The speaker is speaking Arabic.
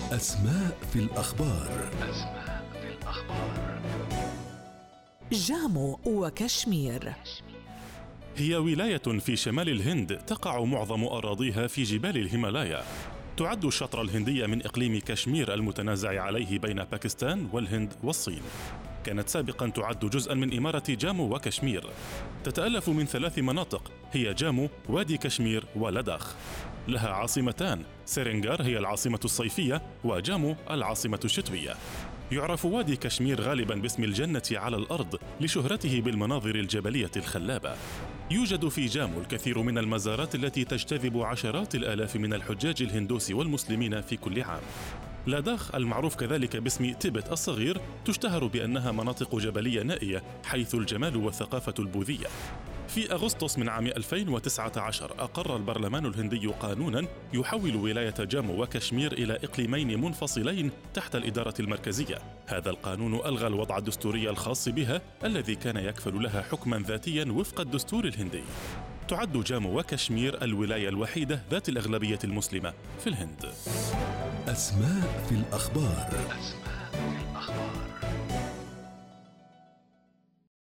أسماء في الأخبار. جامو وكشمير. هي ولاية في شمال الهند تقع معظم أراضيها في جبال الهيمالايا. تعد الشطر الهندي من إقليم كشمير المتنازع عليه بين باكستان والهند والصين. كانت سابقا تعد جزءا من إمارة جامو وكشمير. تتألف من 3 مناطق هي جامو، وادي كشمير، ولداخ. لها عاصمتان، سرينغار هي العاصمة الصيفية وجامو العاصمة الشتوية. يعرف وادي كشمير غالبا باسم الجنة على الأرض لشهرته بالمناظر الجبلية الخلابة. يوجد في جامو الكثير من المزارات التي تجتذب عشرات الآلاف من الحجاج الهندوس والمسلمين في كل عام. لداخ المعروف كذلك باسم تيبت الصغير تشتهر بأنها مناطق جبلية نائية حيث الجمال والثقافة البوذية. في أغسطس من عام 2019 أقر البرلمان الهندي قانونا يحول ولاية جامو وكشمير إلى إقليمين منفصلين تحت الإدارة المركزية. هذا القانون ألغى الوضع الدستوري الخاص بها الذي كان يكفل لها حكما ذاتيا وفق الدستور الهندي. تعد جامو وكشمير الولاية الوحيدة ذات الأغلبية المسلمة في الهند. أسماء في الأخبار.